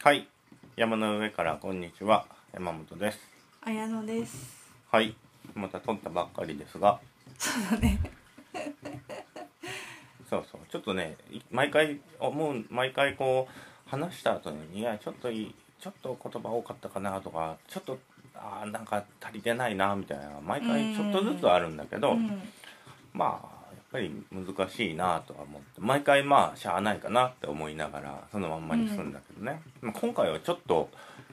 はい、山の上からこんにちは、山本です。 綾乃です。 はい、また撮ったばっかりですが、 そうだね。 そうちょっとね、毎回こう話した後に、いやちょっと言葉多かったかなとか、ちょっとなんか足りてないなみたいな、毎回ちょっとずつあるんだけど、まあやっぱり難しいなとは思って、毎回しゃあないかなって思いながらそのまんまにするんだけどね、今回はちょっと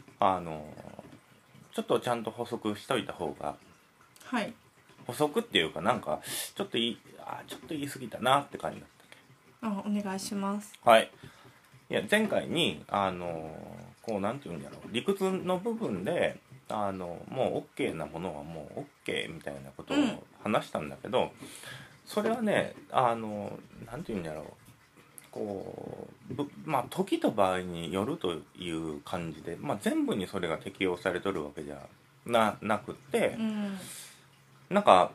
ちょっとちゃんと補足しといた方が、 はい。 補足っていうか、なんかちょっと言い過ぎたなって感じだっお願いします。 た。はい。いや前回にこうなんていうんだろう、理屈の部分でもう OK なものはもう OK みたいなことを話したんだけど、それはねなんていうんだろう、こう時と場合によるという感じで、全部にそれが適用されとるわけじゃなくって、なんか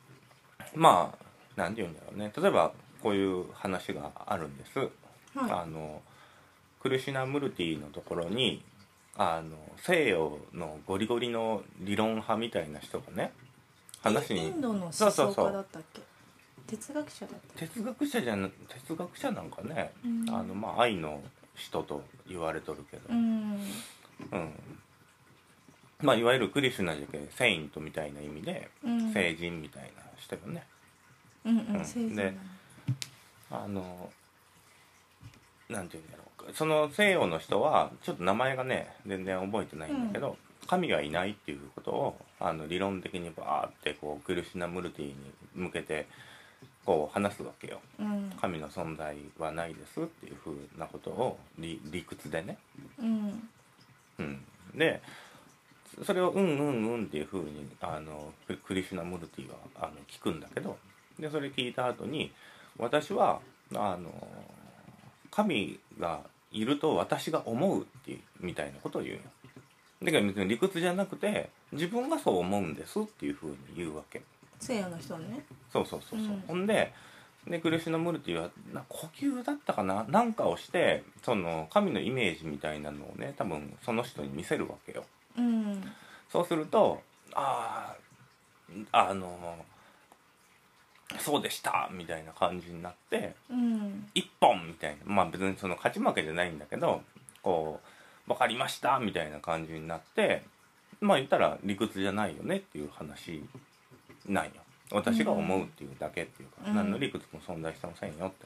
なんて言うんだろうね、例えばこういう話があるんです。 はい。 クリシュナムルティのところに西洋のゴリゴリの理論派みたいな人がね、話にインドの思想家だったっけ？哲学者だった。 哲学者なんかね、愛の人と言われとるけど、いわゆるクリシュナじゃけセイントみたいな意味で、聖人みたいな人よね。でなんていうんだろう、その西洋の人はちょっと名前がね全然覚えてないんだけど、神がいないっていうことを理論的にバーってこうクリシュナムルティに向けてこう話すわけよ。神の存在はないですっていうふうなことを理屈でね。でそれをっていうふうにクリシュナムルティは聞くんだけど、でそれ聞いた後に、私は神がいると私が思うっていうみたいなことを言うんよ。だから別に理屈じゃなくて、自分がそう思うんですっていうふうに言うわけ。 西洋の人ね。 そう、ほんでクリシュナムルティは呼吸だったかな、なんかをして、その神のイメージみたいなのをね、多分その人に見せるわけよ。そうするとそうでしたみたいな感じになって、一本みたいな、別にその勝ち負けじゃないんだけど、こう分かりましたみたいな感じになって、言ったら理屈じゃないよねっていう話なんよ。私が思うっていうだけっていうか、何の理屈も存在してませんよって、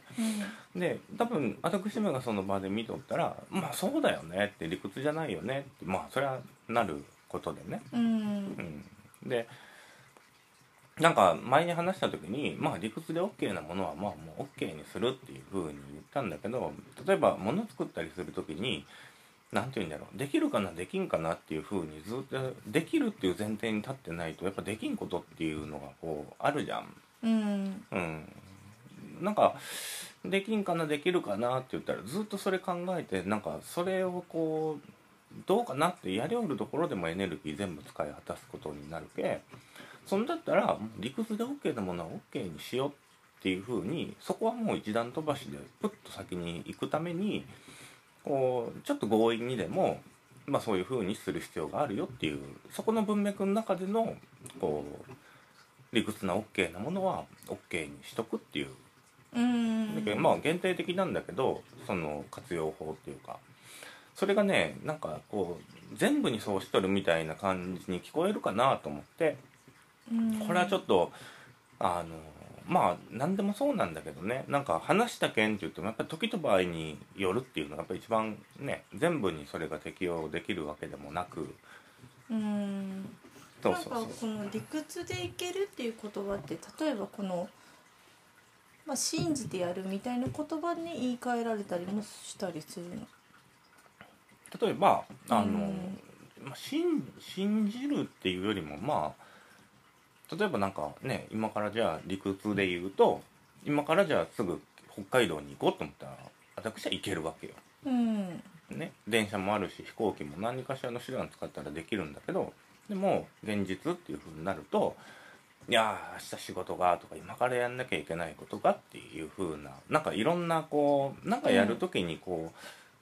で多分私めがその場で見とったら、そうだよねって、理屈じゃないよねって、それはなることでね。でなんか前に話した時に、理屈で OK なものはもう OK にするっていう風に言ったんだけど、例えば物作ったりする時に、なんて言うんだろう、できるかなできんかなっていう風にずっとできるっていう前提に立ってないと、やっぱできんことっていうのがこうあるじゃん。なんかできんかなできるかなって言ったら、ずっとそれ考えて、なんかそれをこうどうかなってやりおるところでもエネルギー全部使い果たすことになるけ、そんだったら理屈で OK なものは OK にしようっていう風に、そこはもう一段飛ばしでプッと先に行くために、こうちょっと強引にでもそういう風にする必要があるよっていう、そこの文脈の中でのこう理屈な OK なものは OK にしとくっていう。だけど限定的なんだけど、その活用法っていうか、それがね、なんかこう全部にそうしとるみたいな感じに聞こえるかなと思って、これはちょっと何でもそうなんだけどね、なんか話した件って言ってもやっぱり時と場合によるっていうのがやっぱり一番ね、全部にそれが適用できるわけでもなく、 なんかこの理屈でいけるっていう言葉って、例えばこの、信じてやるみたいな言葉に言い換えられたりもしたりするの。 例えば信じるっていうよりも、例えばなんかね、今からじゃあ理屈で言うと、今からじゃあすぐ北海道に行こうと思ったら、私は行けるわけよ。ね、電車もあるし飛行機も何かしらの手段使ったらできるんだけど、でも現実っていう風になると、いや明日仕事がとか、今からやんなきゃいけないことがっていう風な、なんかいろんなこうなんかやる時にこ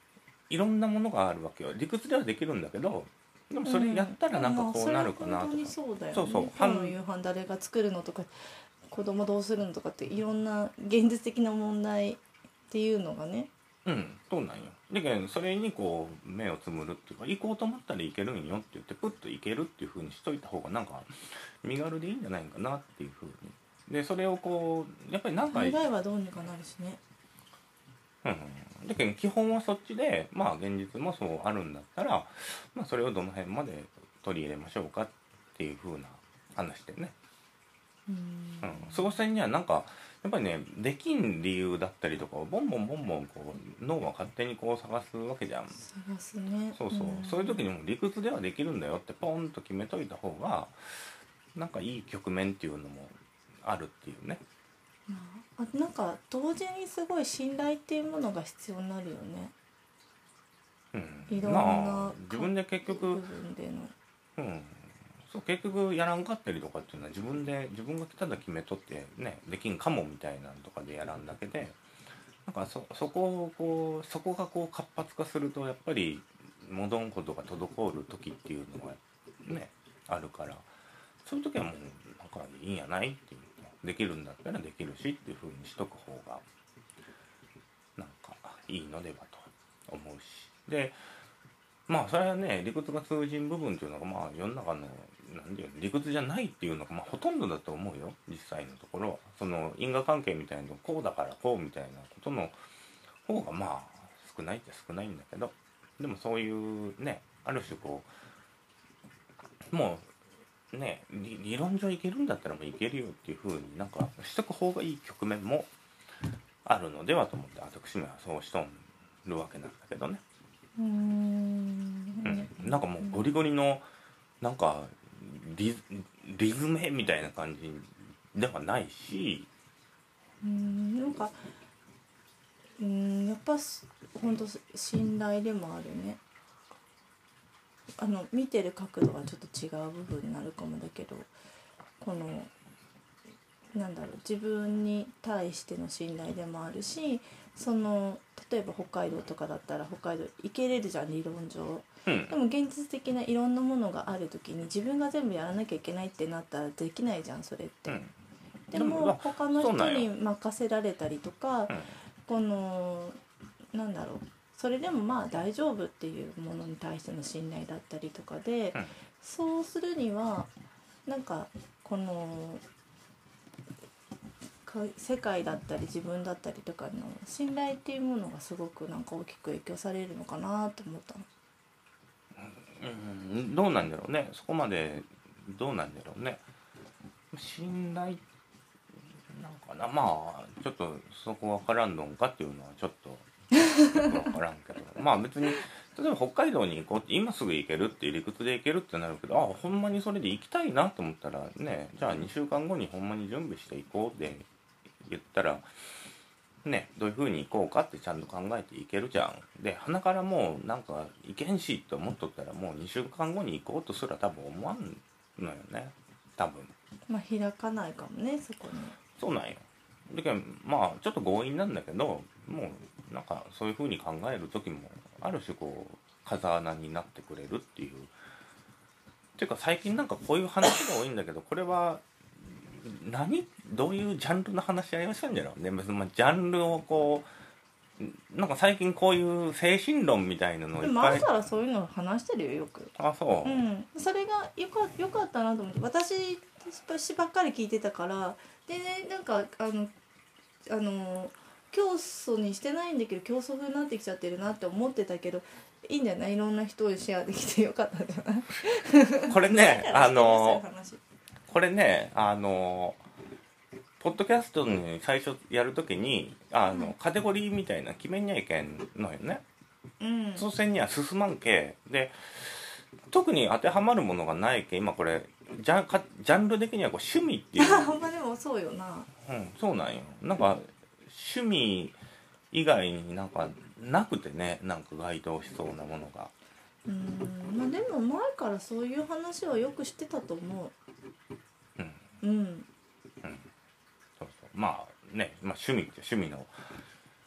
いろんなものがあるわけよ。理屈ではできるんだけど、でもそれやったらなんかこうなるかなとか、 本当にそうだよね。 そうそう今日の夕飯誰が作るのとか、子供どうするのとかっていろんな現実的な問題っていうのがね、 そうなんよ。だけどそれにこう目をつむるっていうか、行こうと思ったら行けるんよって言ってプッと行けるっていう風にしといた方がなんか身軽でいいんじゃないかなっていう風に。でそれをこうやっぱりなんか大概はどうにかなるしね。 だけど基本はそっちで、まあ現実もそうあるんだったら、まあそれをどの辺まで取り入れましょうかっていう風な話でね。その際にはなんかやっぱりね、できん理由だったりとかをボンボンこう脳が勝手にこう探すわけじゃん。 探すね。 そういう時にも理屈ではできるんだよってポンと決めといた方がなんかいい局面っていうのもあるっていうね。 なんか同時にすごい信頼っていうものが必要になるよね。いろんな自分で結局部分での。 そう結局やらんかったりとかっていうのは自分が来ただ決めとってね、できんかもみたいなのとかでやらんだけで、なんかそこがこう活発化するとやっぱり戻んことが滞る時っていうのがねあるから、そういう時はもうなんかいいんやないっていう、できるんだったらできるしっていう風にしとく方がなんかいいのではと思うし、でまあそれはね、理屈が通じん部分っていうのがまあ世の中のなんていうの理屈じゃないっていうのがまあほとんどだと思うよ、実際のところ。その因果関係みたいなのこうだからこうみたいなことの方がまあ少ないって少ないんだけど、でもそういうね、ある種こうもうね、理論上いけるんだったらもういけるよっていう風になんかしとく方がいい局面もあるのではと思って私めはそうしとるわけなんだけどね。なんかもうゴリゴリのなんかリズムみたいな感じではないし、 なんかやっぱ本当信頼でもあるね。見てる角度はちょっと違う部分になるかもだけど、このなんだろう、自分に対しての信頼でもあるし、その例えば北海道とかだったら北海道行けれるじゃん理論上、でも現実的ないろんなものがある時に自分が全部やらなきゃいけないってなったらできないじゃんそれって、でも他の人に任せられたりとか、このなんだろう、それでもまあ大丈夫っていうものに対しての信頼だったりとかで、そうするにはなんかこの世界だったり自分だったりとかの信頼っていうものがすごくなんか大きく影響されるのかなと思ったの。 どうなんだろうね、そこまでどうなんだろうね、信頼なんかな、まあちょっとそこ分からんのんかっていうのはちょっと分からんけどまあ別に例えば北海道に行こうって今すぐ行けるって理屈で行けるってなるけど、ほんまにそれで行きたいなと思ったらね、じゃあ2週間後にほんまに準備して行こうって言ったらね、どういう風に行こうかってちゃんと考えていけるじゃん。で鼻からもうなんか行けんしって思っとったらもう2週間後に行こうとすら多分思わんのよね、多分。 まあ開かないかもねそこに。 そうなんよ。だけどまあちょっと強引なんだけど、もうなんかそういう風に考える時もある種こう風穴になってくれるっていう。っていうか最近なんかこういう話が多いんだけど、これはどういうジャンルの話し合いをしたんじゃろうね。別にジャンルをこうなんか最近こういう精神論みたいなのをいっぱい。 でもあんたらそういうの話してるよよく。 そう。 それがよかったなと思って、私ばっかり聞いてたからでね、なんか教祖にしてないんだけど教祖風になってきちゃってるなって思ってたけど、いいんじゃない、いろんな人をシェアできてよかったんじゃないこれねこれねポッドキャストに最初やるときにカテゴリーみたいな決めにゃいけんのよね。その線には進まんけで、特に当てはまるものがないけ今これジャンル的にはこう趣味っていうまあでもそうよな。 そうなんよ。なんか趣味以外になんかなくてね、なんか該当しそうなものが。 まあでも前からそういう話はよくしてたと思う。 そうまあね、趣味って趣味の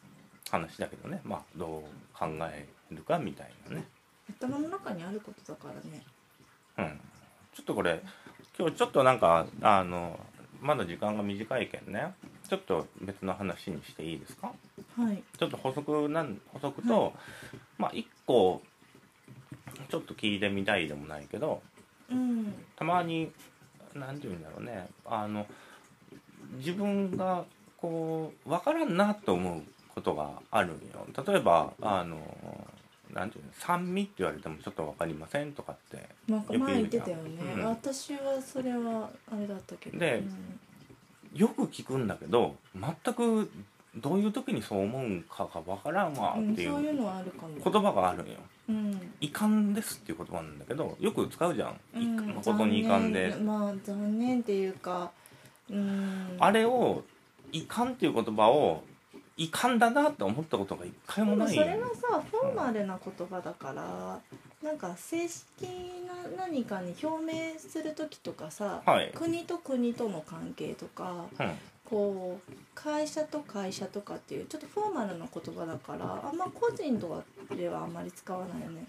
話だけどね、まあどう考えるかみたいなね。 頭の中にあることだからね。 ちょっとこれ今日ちょっとなんかまだ時間が短いけんね、ちょっと別の話にしていいですか？ はい。 ちょっと補足と、 はい、 まあ一個ちょっと聞いてみたいでもないけど、たまに何て言うんだろうね、自分がこう分からんなと思うことがあるんよ。例えばなんていうの、酸味って言われてもちょっと分かりませんとかってなんか前言ってたよね、私はそれはあれだったけどで、よく聞くんだけど全くどういう時にそう思うんかが分からんわっていう、 そういうのはあるかも、 言葉があるんよ。遺憾ですっていう言葉なんだけどよく使うじゃん、誠に遺憾で、 まあ残念っていうか、 あれを遺憾っていう言葉を遺憾だなって思ったことが一回もない。 でもそれはさフォーマルな言葉だから、なんか正式な何かに表明する時とかさ、国と国との関係とか、こう会社と会社とかっていうちょっとフォーマルな言葉だからあんま個人とかではあんまり使わないよね。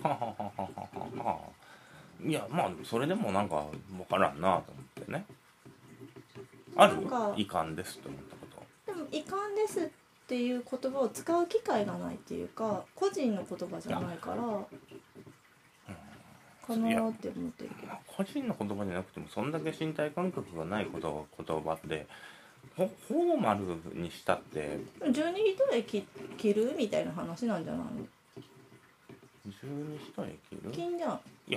いやまあそれでもなんか分からんなと思ってね。ある？遺憾ですって思ったこと。 でも遺憾ですっていう言葉を使う機会がないっていうか個人の言葉じゃないからかなって思ってるけど、 個人の言葉じゃなくてもそんだけ身体感覚がない言葉ってフォーマルにしたって十二一切るみたいな話なんじゃないの？ 十二一重切る？ 金じゃん。 いや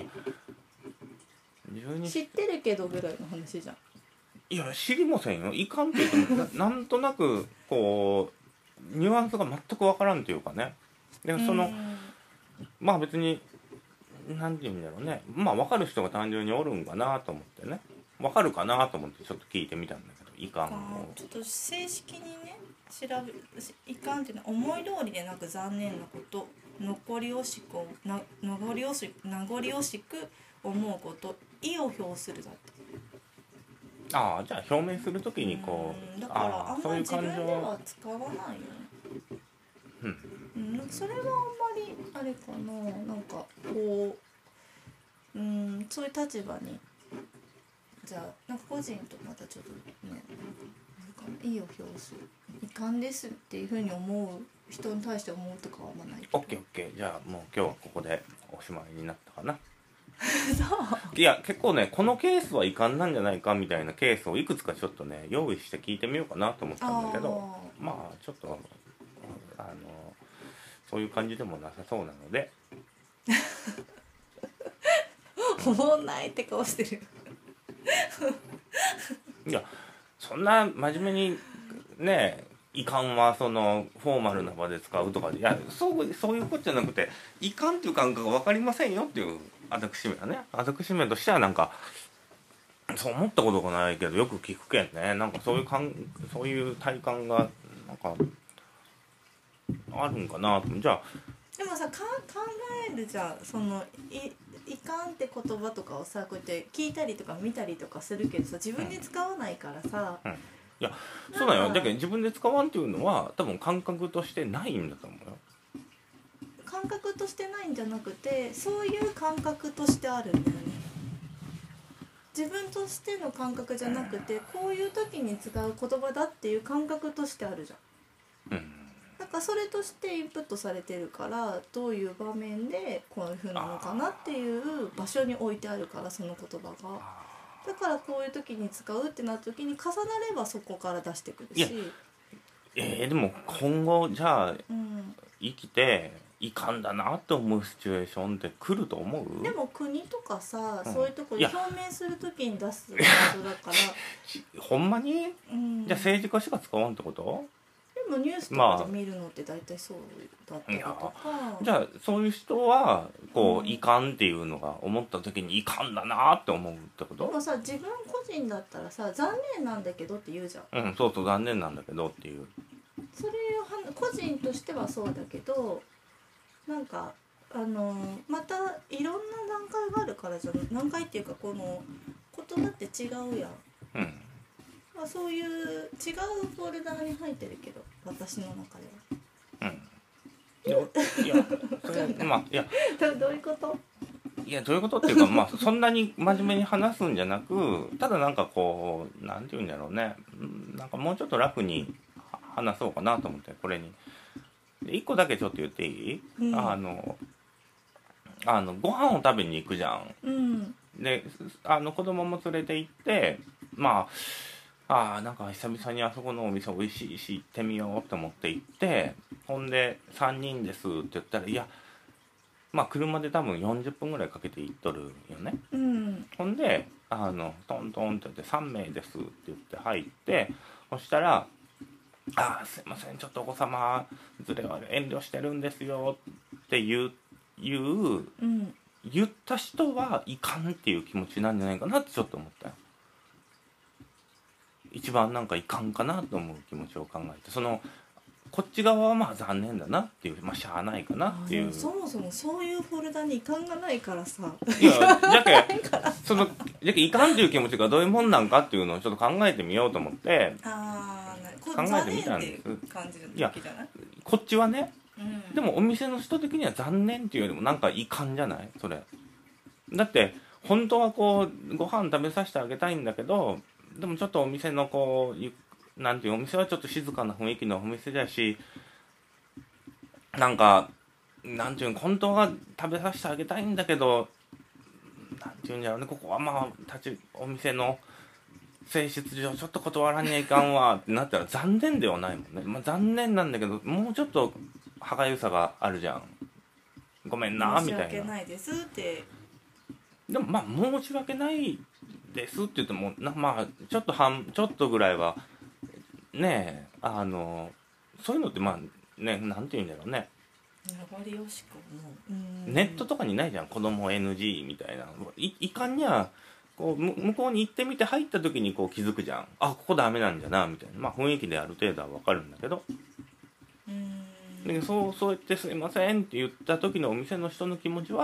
知ってるけどぐらいの話じゃん。 いや知りませんよ。いかんって言ってもなんとなくこうニュアンスが全く分からんというかね。でそのまあ別に何て言うんだろうね、まあ分かる人が単純におるんかなと思ってね、分かるかなと思ってちょっと聞いてみたんだけど、いかんをちょっと正式にね調べ、いかんっていうのは思い通りでなく残念なこと、名残惜しく思うこと、意を表するだって。 ああ、じゃあ表明するときにこう、 だからあんまり自分では使わないよ。それはあんまりあれかな、なんかこうそういう立場にじゃあなんか個人とまたちょっとね意を表す遺憾ですっていうふうに思う人に対して思うとかはあんまないけど。 オッケーじゃあもう今日はここでおしまいになったかな。 そういや結構ね、このケースは遺憾なんじゃないかみたいなケースをいくつかちょっとね用意して聞いてみようかなと思ったんだけど、まあちょっとそういう感じでもなさそうなので思んないって顔してるいやそんな真面目にね、遺憾はそのフォーマルな場で使うとか、いやそういうことじゃなくて、遺憾っていう感覚が分かりませんよっていう私めはね、私めとしてはなんかそう思ったことがないけどよく聞くけんね、なんかそういう体感がなんかあるんかなと。じゃあでもさ考えるじゃん、その遺憾って言葉とかをさこうやって聞いたりとか見たりとかするけどさ、自分で使わないからさ、 いやそうだよ。だけど自分で使わんっていうのは多分感覚としてないんだと思うよ。 感覚としてないんじゃなくて、そういう感覚としてあるんだよね。自分としての感覚じゃなくて、こういう時に使う言葉だっていう感覚としてあるじゃん。だからそれとしてインプットされてるから、どういう場面でこういう風なのかなっていう場所に置いてあるから、その言葉が。だからこういう時に使うってなった時に重なればそこから出してくるし。 でも今後じゃあ、生きて遺憾だなって思うシチュエーションって来ると思う？でも国とかさ、そういうところで表明する時に出すワードだからほんまに？じゃあ政治家しか使わんってこと？ でもニュースとかで見るのって大体そうだったりとか、 じゃあそういう人はこう、遺憾っていうのが思った時に遺憾だなって思うってこと？ でもさ、自分個人だったらさ、残念なんだけどって言うじゃん。 そう残念なんだけどっていう。 それを個人としてはそうだけど、なんかまたいろんな段階があるからじゃん。段階っていうかこの言葉って違うやん。まあ、そういう違うフォルダーに入ってるけど、私の中では。 いやそれまあいやどういうこと？ いやどういうことっていうかまあそんなに真面目に話すんじゃなく、ただなんかこうなんていうんだろうね、なんかもうちょっと楽に話そうかなと思ってこれに。で一個だけちょっと言っていい？ うん、 ご飯を食べに行くじゃん。 うん、 で子供も連れて行ってまあなんか久々にあそこのお店美味しいし行ってみようと思って行って、ほんで3人ですって言ったら、いやまあ車で多分40分ぐらいかけて行っとるよね。 うん、 ほんでトントンって言って3名ですって言って入って、そしたらすいませんちょっとお子様連れは遠慮してるんですよって言った人はいかんっていう気持ちなんじゃないかなってちょっと思ったよ。一番なんかいかんかなと思う気持ちを考えて、こっち側はまあ残念だなっていう、まあしゃあないかなっていう。 そもそもそういうフォルダにいかんがないからさ。 いやじゃけいかんっていう気持ちがどういうもんなんかっていうのをちょっと考えてみようと思って考えてみたんです。いやこっちはね、でもお店の人的には残念っていうよりもなんかいかんじゃないそれ。だって本当はこうご飯食べさせてあげたいんだけど、でもちょっとお店のこうなんていうお店はちょっと静かな雰囲気のお店だし、なんかなんていう本当は食べさせてあげたいんだけど、なんていうんだろうね、ここはまあお店の性質上ちょっと断らにゃいかんわってなったら残念ではないもんね。まあ残念なんだけど、もうちょっと歯がゆさがあるじゃん。ごめんなみたいな。 申し訳ないですって。 でもまあ申し訳ないですって言ってもまあちょっとぐらいはねえそういうのってまあね、なんて言うんだろうね、 名残惜しくネットとかにないじゃん、子供 NG みたいな。いかんにゃこう向こうに行ってみて入った時にこう気づくじゃん。ここダメなんじゃなみたいな、まあ雰囲気である程度は分かるんだけど、でそうやってすいませんって言った時のお店の人の気持ち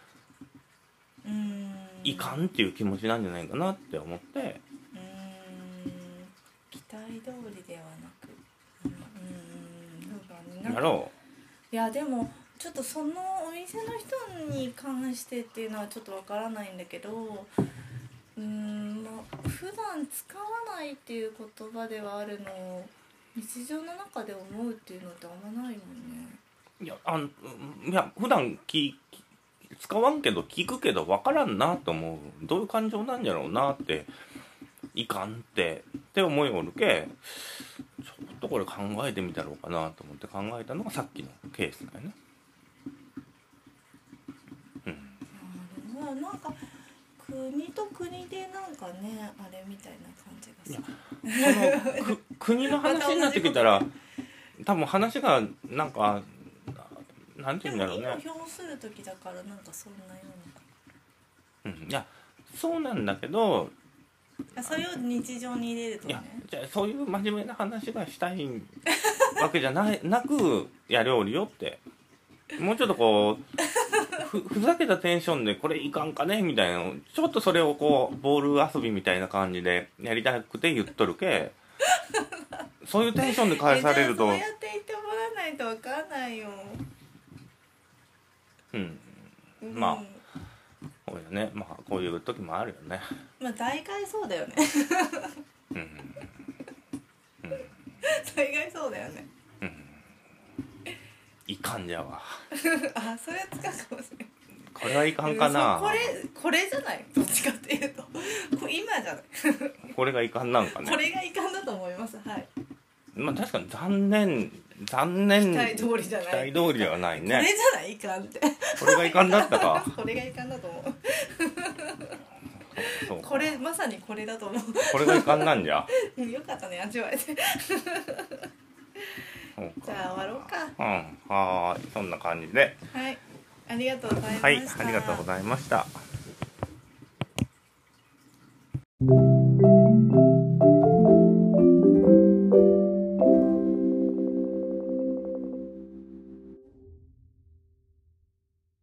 はいかんっていう気持ちなんじゃないかなって思って。 期待通りではなくやろう。いやでもちょっとそのお店の人に関してっていうのはちょっとわからないんだけど、まあ普段使わないっていう言葉ではあるのを日常の中で思うっていうのってあんまないもんね。 いや普段使わんけど聞くけど分からんなと思う。どういう感情なんじゃろうなっていかんって思いおるけ、ちょっとこれ考えてみたろうかなと思って考えたのがさっきのケースだよね。 なんか国と国でなんかねあれみたいな感じがする。 国の話になってきたら多分話がなんかなんていうんだろうね。 でも今表する時だからなんかそんなような。いやそうなんだけど。 それを日常に入れるとね。 いやじゃあそういう真面目な話がしたいわけじゃなく料理よって、もうちょっとこうふざけたテンションでこれいかんかねみたいなの、ちょっとそれをこうボール遊びみたいな感じでやりたくて言っとるけそういうテンションで返されるとそうやって言ってもらわないと分かんないよ。 まあこういうね、まあこういう時もあるよね。 まあ大概そうだよね。大概そうだよね。 いかんじゃわ。 それは使うかもしれない。 これはいかんかな。 これじゃない。どっちかっていうと今じゃない。 これがいかんなんかね。 これがいかんだと思います。はい。 まあ確かに残念期待通りじゃない。 期待通りではないね。 これじゃないいかんって。 これがいかんだったか。 これがいかんだと思う。 そうこれまさにこれだと思う。 これがいかんなんじゃ。 よかったね味わえて。じゃあ終わろうか。 はい、そんな感じで。 はい、ありがとうございました。 はい、ありがとうございました。